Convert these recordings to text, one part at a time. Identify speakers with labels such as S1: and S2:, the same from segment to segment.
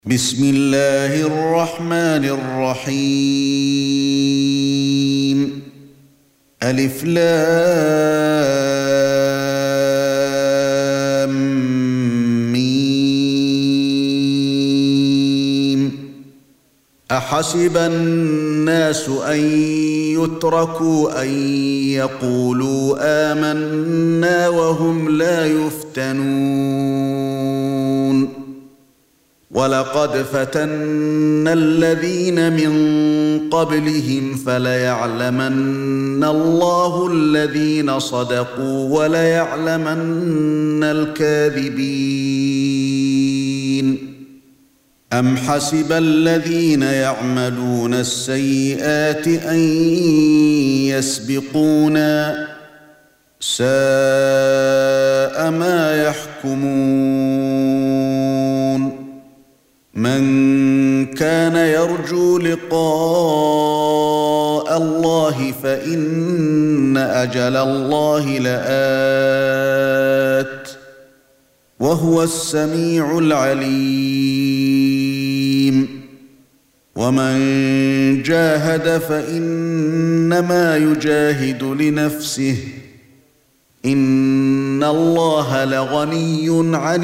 S1: بسم الله الرحمن الرحيم ألف لام ميم أحسب الناس أن يتركوا أن يقولوا آمنا وهم لا يفتنون وَلَقَدْ فَتَنَّا الَّذِينَ مِن قَبْلِهِمْ فَلَيَعْلَمَنَّ اللَّهُ الَّذِينَ صَدَقُوا وَلَيَعْلَمَنَّ الْكَاذِبِينَ أَمْ حَسِبَ الَّذِينَ يَعْمَلُونَ السَّيِّئَاتِ أَن يَسْبِقُونَا سَاءَ مَا يَحْكُمُونَ من كان يرجو لقاء الله فإن أجل الله لآت وهو السميع العليم ومن جاهد فإنما يجاهد لنفسه إن الله لغني عن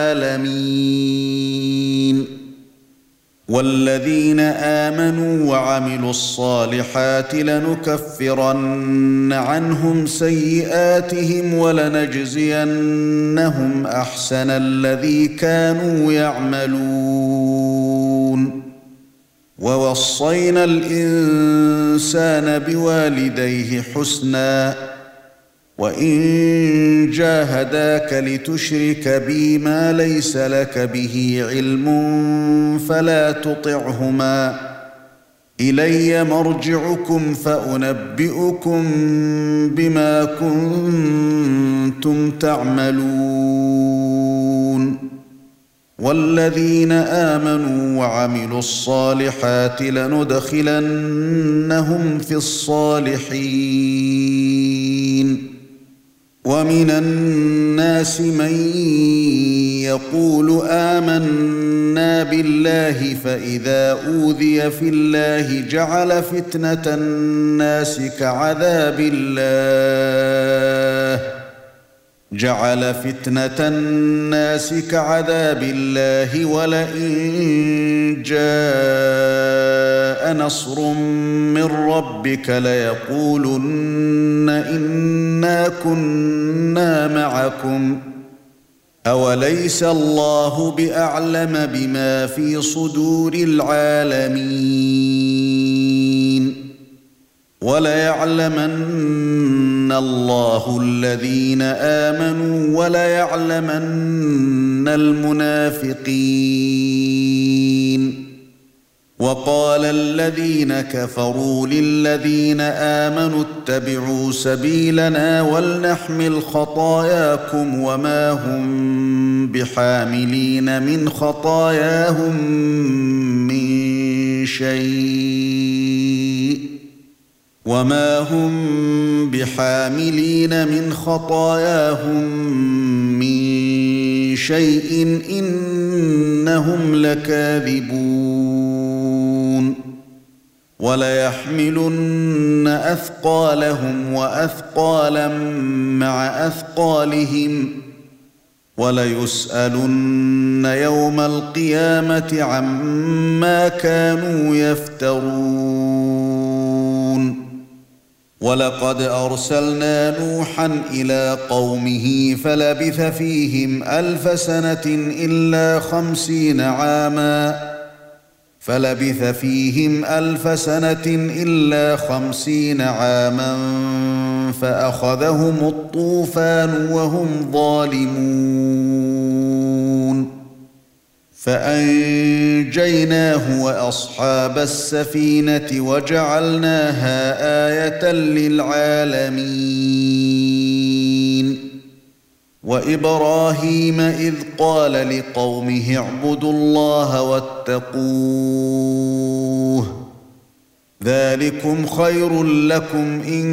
S1: العالمين والذين آمنوا وعملوا الصالحات لنكفرن عنهم سيئاتهم ولنجزينهم أحسن الذي كانوا يعملون ووصينا الإنسان بوالديه حسناً وَإِن جَاهَدَاكَ لِتُشْرِكَ بِي مَا لَيْسَ لَكَ بِهِ عِلْمٌ فَلَا تُطِعْهُمَا إِلَيَّ مَرْجِعُكُمْ فَأُنَبِّئُكُم بِمَا كُنتُمْ تَعْمَلُونَ وَالَّذِينَ آمَنُوا وَعَمِلُوا الصَّالِحَاتِ لَنُدْخِلَنَّهُمْ فِي الصَّالِحِينَ وَمِنَ النَّاسِ مَن يَقُولُ آمَنَّا بِاللَّهِ فَإِذَا أُوذِيَ فِي اللَّهِ جَعَلَ فِتْنَةَ النَّاسِ كَعَذَابِ اللَّهِ وَلَئِن جَاءَ نَصْرٌ مِّن رَّبِّكَ لَيَقُولُنَّ إِنَّا كُنَّا مَعَكُمْ أَوَلَيْسَ اللَّهُ بِأَعْلَمَ بِمَا فِي صُدُورِ الْعَالَمِينَ وَلَيَعْلَمَنَّ اللَّهُ الَّذِينَ آمَنُوا وَلَيَعْلَمَنَّ الْمُنَافِقِينَ وَقَالَ الَّذِينَ كَفَرُوا لِلَّذِينَ آمَنُوا اتَّبِعُوا سَبِيلَنَا وَلْنَحْمِلْ خَطَايَاكُمْ وَمَا هُمْ بِحَامِلِينَ مِنْ خَطَايَاهُمْ مِنْ شَيْءٍ إِنَّهُمْ لَكَاذِبُونَ وَلَيَحْمِلُنَّ أَثْقَالَهُمْ وَأَثْقَالًا مَّعَ أَثْقَالِهِمْ وَلَيُسْأَلُنَّ يَوْمَ الْقِيَامَةِ عَمَّا كَانُوا يَفْتَرُونَ وَلَقَدْ أَرْسَلْنَا نُوحًا إِلَى قَوْمِهِ فَلَبِثَ فِيهِمْ أَلْفَ سَنَةٍ إِلَّا 50 عَامًا فَأَخَذَهُمُ الطُّوفَانُ وَهُمْ ظَالِمُونَ فَأَنجَيْنَاهُ وَأَصْحَابَ السَّفِينَةِ وَجَعَلْنَاهَا آيَةً لِلْعَالَمِينَ وَإِبْرَاهِيمَ إِذْ قَالَ لِقَوْمِهِ اعْبُدُوا اللَّهَ وَاتَّقُوهُ ذَلِكُمْ خَيْرٌ لَكُمْ إِن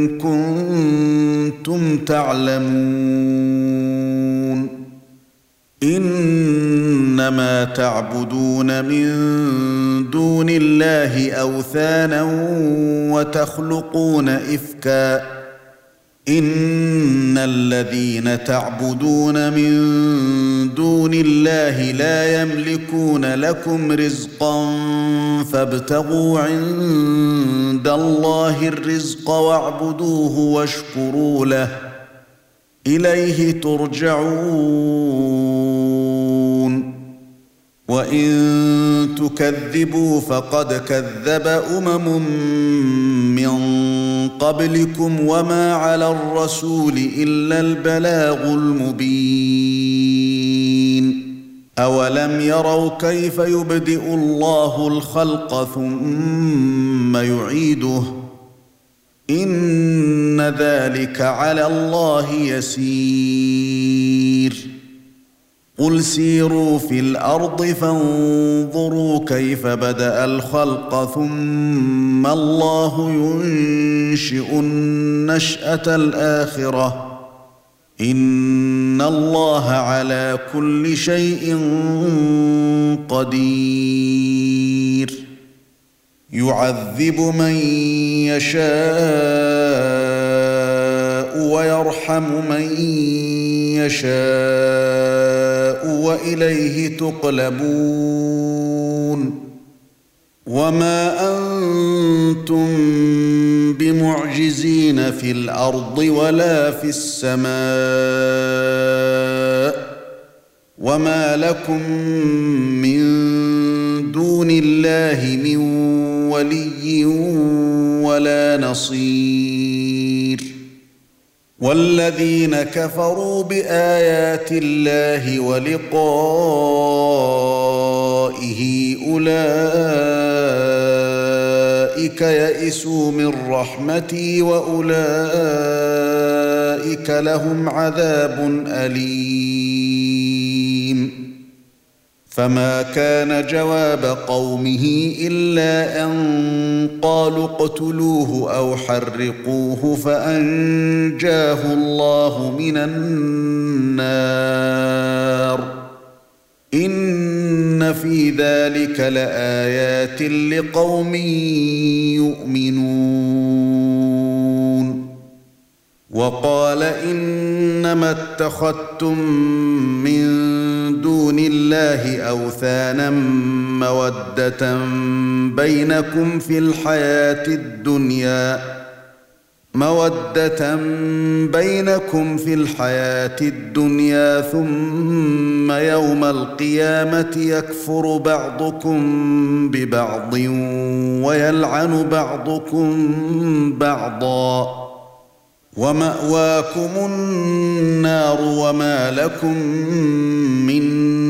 S1: كُنتُمْ تَعْلَمُونَ إنما تعبدون من دون الله أوثانا وتخلقون إفكا إن الذين تعبدون من دون الله لا يملكون لكم رزقا فابتغوا عند الله الرزق واعبدوه واشكروا له إليه ترجعون وإن تكذبوا فقد كذب من قبلكم وما على الرسول إلا البلاغ المبين أولم يروا كيف يبدئ الله الخلق ثم يعيده إن ذلك على الله يسير قل سيروا في الأرض فانظروا كيف بدأ الخلق ثم الله ينشئ النشأة الآخرة إن الله على كل شيء قدير يعذب من يشاء ويرحم من يشاء وإليه تقلبون وما أنتم بمعجزين في الأرض ولا في السماء وما لكم من دون الله من ولي ولا نصير والذين كفروا بآيات الله ولقائه أولئك يئسوا من رحمتي وأولئك لهم عذاب أليم فما كان جواب قومه إلا أن قالوا اقتلوه أو حرقوه فأنجاه الله من النار إن في ذلك لآيات لقوم يؤمنون وقال إنما اتخذتم من دون الله أوثانا مودة بينكم في الحياة الدنيا ثم يوم القيامة يكفر بعضكم ببعض ويلعن بعضكم بعضا ومأواكم النار وما لكم من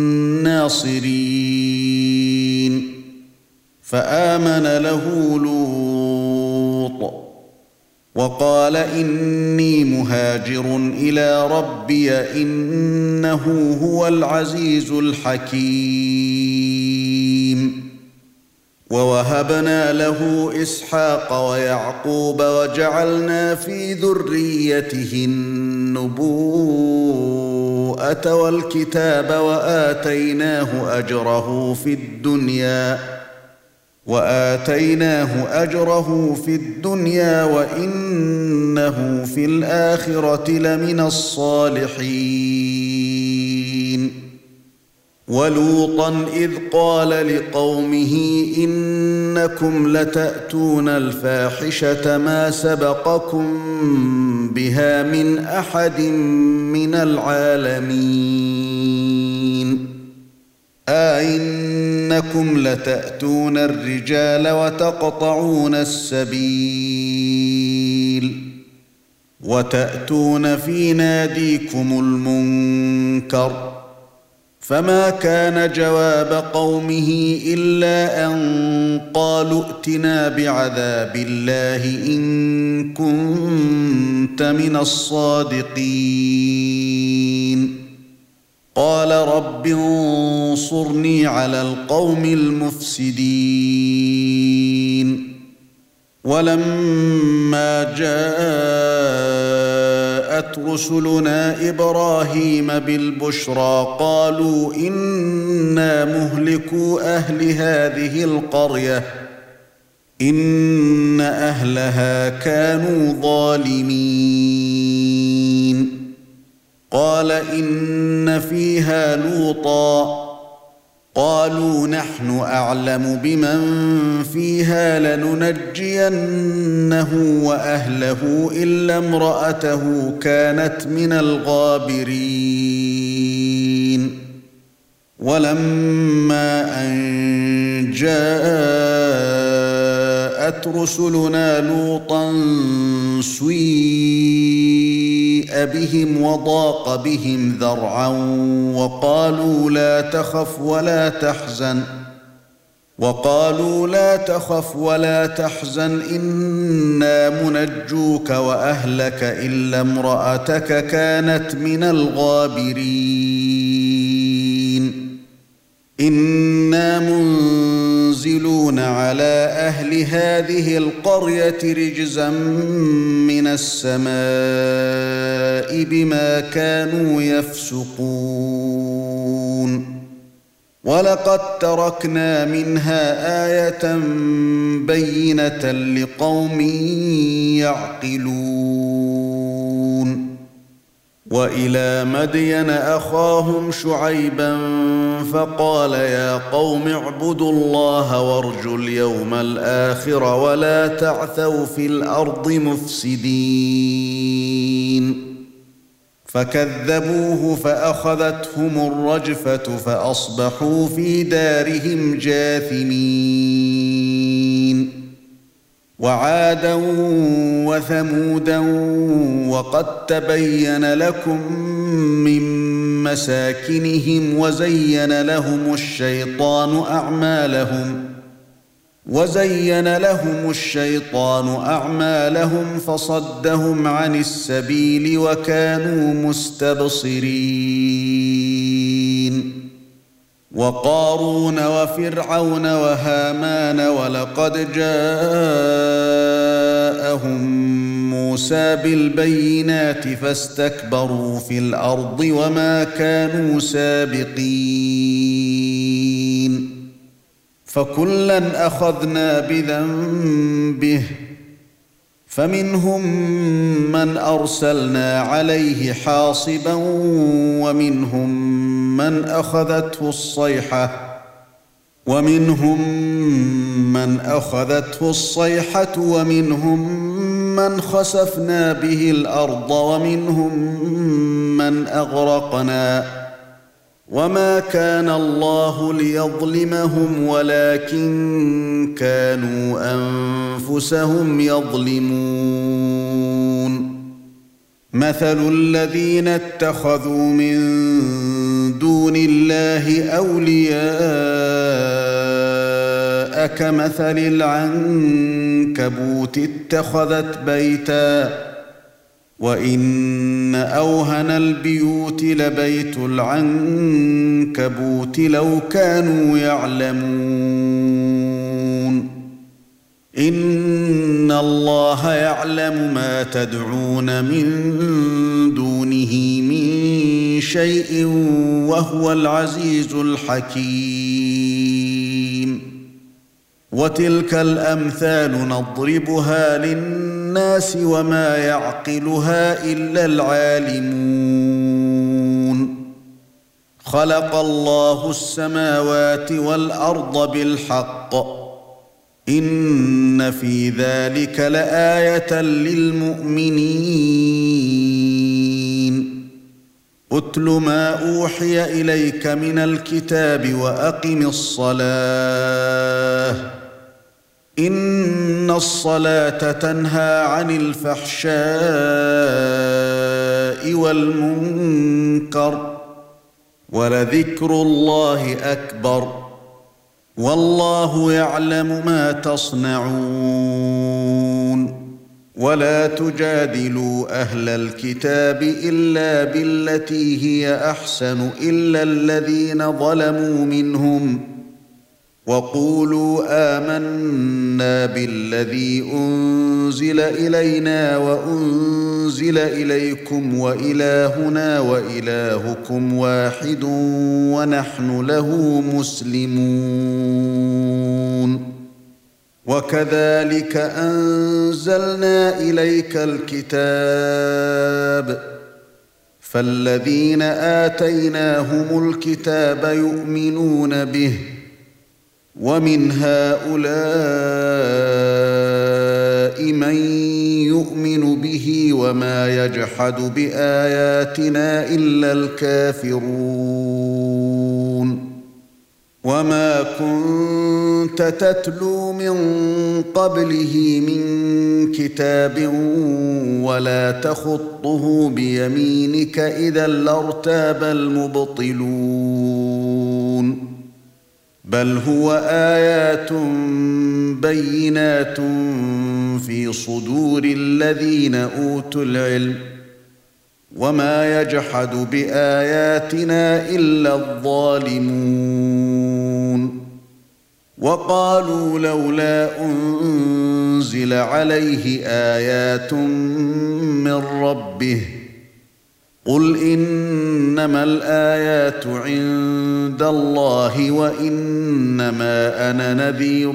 S1: ناصرين فآمن له لوط وقال إني مهاجر إلى ربي إنه هو العزيز الحكيم ووهبنا له إسحاق ويعقوب وجعلنا في ذريته النبوءة والكتاب وآتيناه أجره في الدنيا وإنه في الآخرة لمن الصالحين ولوطا إذ قال لقومه إنكم لتأتون الفاحشة ما سبقكم بها من أحد من العالمين أئنكم لتأتون الرجال وتقطعون السبيل وتأتون في ناديكم المنكر فما كان جواب قومه إلا أن قالوا ائتنا بعذاب الله إن كنت من الصادقين قال رب انصرني على القوم المفسدين ولما جاءت جاءت رسلنا إبراهيم بالبشرى قالوا إنا مهلكو أهل هذه القرية إن أهلها كانوا ظالمين قال إن فيها لوطا قالوا نحن أعلم بمن فيها لننجينه وأهله إلا امرأته كانت من الغابرين ولما أن جاءت رسلنا لوطا سيء بهم وضاق بهم ذرعا وقالوا لا تخف ولا تحزن إنا منجوك وأهلك إلا امرأتك كانت من الغابرين إنا منزلون على أهل هذه القرية رجزا من السماء بما كانوا يفسقون ولقد تركنا منها آية بينة لقوم يعقلون وإلى مدين أخاهم شعيبا فقال يا قوم اعبدوا الله وارجوا اليوم الآخر ولا تعثوا في الأرض مفسدين فكذبوه فأخذتهم الرجفة فأصبحوا في دارهم جاثمين وعادا وثمودا وقد تبين لكم من مساكنهم وزين لهم الشيطان أعمالهم فصدهم عن السبيل وكانوا مستبصرين وقارون وفرعون وهامان ولقد جاءهم موسى بالبينات فاستكبروا في الأرض وما كانوا سابقين فكلا أخذنا بذنبه فمنهم من أرسلنا عليه حاصبا ومنهم من أخذته الصيحة ومنهم من خسفنا به الأرض ومنهم من أغرقنا وما كان الله ليظلمهم ولكن كانوا أنفسهم يظلمون مثل الذين اتخذوا من دون الله أولياء كمثل العنكبوت اتخذت بيتا وإن أوهن البيوت لبيت العنكبوت لو كانوا يعلمون إن الله يعلم ما تدعون من دونه من شيء وهو العزيز الحكيم وتلك الأمثال نضربها للناس وما يعقلها إلا العالمون خلق الله السماوات والأرض بالحق إن في ذلك لآية للمؤمنين أتل ما أوحي إليك من الكتاب وأقم الصلاة إن الصلاة تنهى عن الفحشاء والمنكر ولذكر الله أكبر والله يعلم ما تصنعون ولا تجادلوا أهل الكتاب إلا بالتي هي أحسن إلا الذين ظلموا منهم وقولوا آمنا بالذي أنزل إلينا وأنزل إليكم وإلهنا وإلهكم واحد ونحن له مسلمون وكذلك أنزلنا إليك الكتاب فالذين آتيناهم الكتاب يؤمنون به ومن هؤلاء من يؤمن به وما يجحد بآياتنا إلا الكافرون وما كنت تتلو من قبله من كتاب ولا تخطه بيمينك إذا لارتاب المبطلون بل هو آيات بينات في صدور الذين أوتوا العلم وما يجحد بآياتنا إلا الظالمون وقالوا لولا أنزل عليه آيات من ربه قل إنما الآيات عند الله وإنما أنا نذير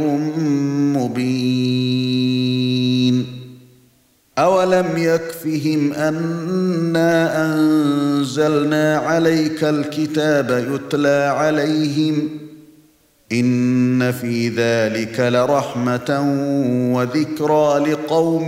S1: مبين أولم يكفهم أنا أنزلنا عليك الكتاب يتلى عليهم إن في ذلك لرحمة وذكرى لقوم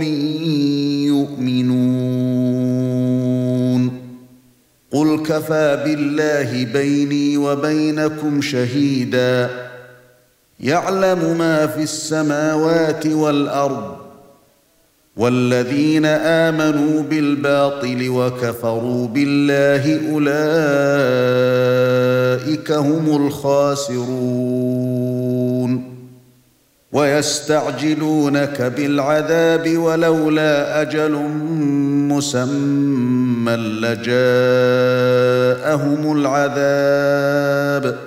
S1: يؤمنون قل كفى بالله بيني وبينكم شهيدا يعلم ما في السماوات والأرض والذين آمنوا بالباطل وكفروا بالله أولئك هم الخاسرون ويستعجلونك بالعذاب ولولا أجل مسمى لجاءهم العذاب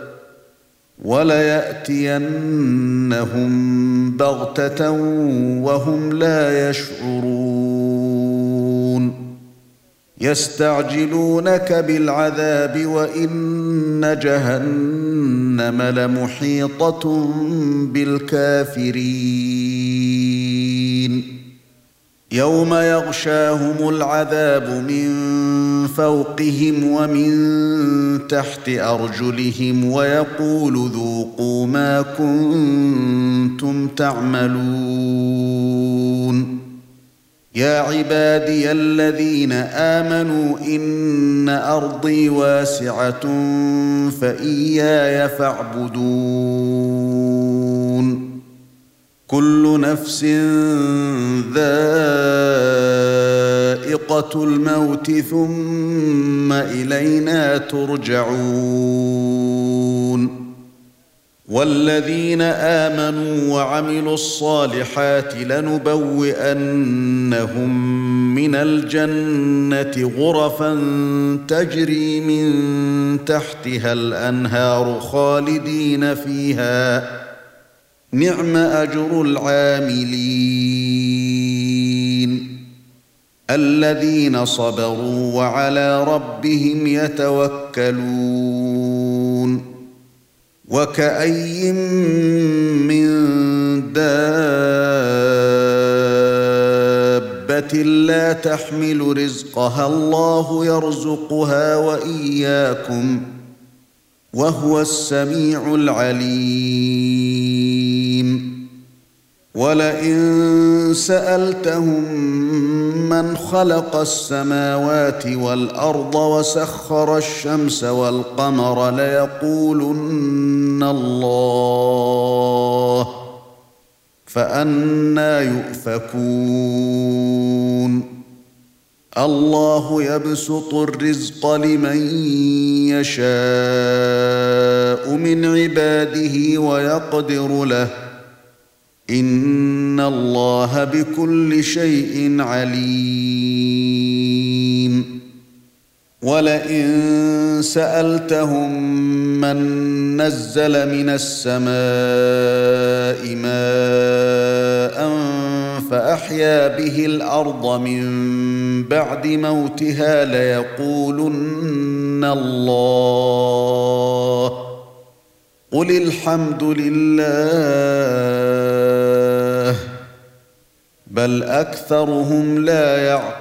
S1: وليأتينهم بغتة وهم لا يشعرون يستعجلونك بالعذاب وإن جهنم لمحيطة بالكافرين يوم يغشاهم العذاب من فوقهم ومن تحت أرجلهم ويقول ذوقوا ما كنتم تعملون يا عبادي الذين آمنوا إن أرضي واسعة فإياي فاعبدون كل نفس ذائقة الموت ثم إلينا ترجعون والذين آمنوا وعملوا الصالحات لنبوئنهم من الجنة غرفا تجري من تحتها الأنهار خالدين فيها نعم أجر العاملين الذين صبروا وعلى ربهم يتوكلون وكأي من دابة لا تحمل رزقها الله يرزقها وإياكم وهو السميع العليم ولئن سألتهم من خلق السماوات والأرض وسخر الشمس والقمر ليقولن الله فأنى يؤفكون الله يبسط الرزق لمن يشاء من عباده ويقدر له إن الله بكل شيء عليم وَلَئِن سَأَلْتَهُم مَّن نَّزَّلَ مِنَ السَّمَاءِ مَاءً فَأَحْيَا بِهِ الْأَرْضَ مِن بَعْدِ مَوْتِهَا لَيَقُولُنَّ اللَّهُ قُلِ الْحَمْدُ لِلَّهِ بَلْ أَكْثَرُهُمْ لَا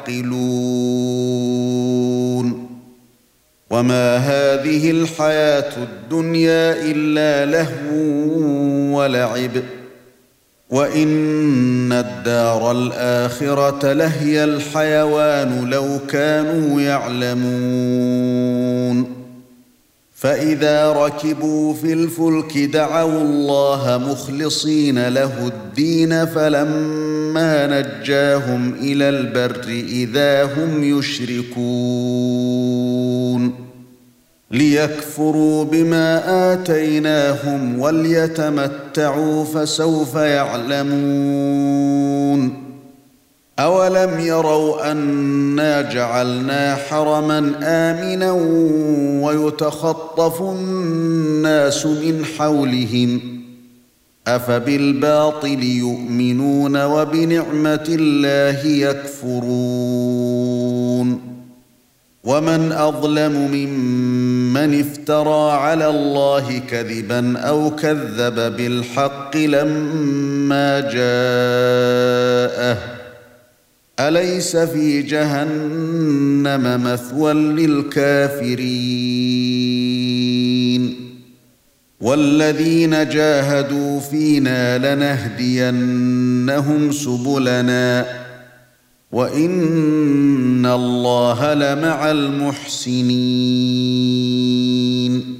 S1: يَعْقِلُونَ وَمَا هَذِهِ الْحَيَاةُ الدُّنْيَا إِلَّا لَهْوٌ وَلَعِبٌ وَإِنَّ الدَّارَ الْآخِرَةَ لَهِيَ الْحَيَوَانُ لَوْ كَانُوا يَعْلَمُونَ فَإِذَا رَكِبُوا فِي الْفُلْكِ دَعَوُا اللَّهَ مُخْلِصِينَ لَهُ الدِّينَ فَلَمَّا نَجَّاهُمْ إِلَى الْبَرِّ إِذَا هُمْ يُشْرِكُونَ لِيَكْفُرُوا بِمَا آتَيْنَاهُمْ وَلْيَتَمَتَّعُوا فَسَوْفَ يَعْلَمُونَ أَوَلَمْ يَرَوْا أَنَّا جَعَلْنَا حَرَمًا آمِنًا وَيُتَخَطَّفُ النَّاسُ مِنْ حَوْلِهِمْ أَفَبِالْبَاطِلِ يُؤْمِنُونَ وَبِنِعْمَةِ اللَّهِ يَكْفُرُونَ وَمَنْ أَظْلَمُ مِمَّنِ افْتَرَى عَلَى اللَّهِ كَذِبًا أَوْ كَذَّبَ بِالْحَقِّ لَمَّا جَاءَهُ أَلَيْسَ فِي جَهَنَّمَ مَثْوًى لِلْكَافِرِينَ وَالَّذِينَ جَاهَدُوا فِينَا لَنَهْدِيَنَّهُمْ سُبُلَنَا وَإِنَّ اللَّهَ لَمَعَ الْمُحْسِنِينَ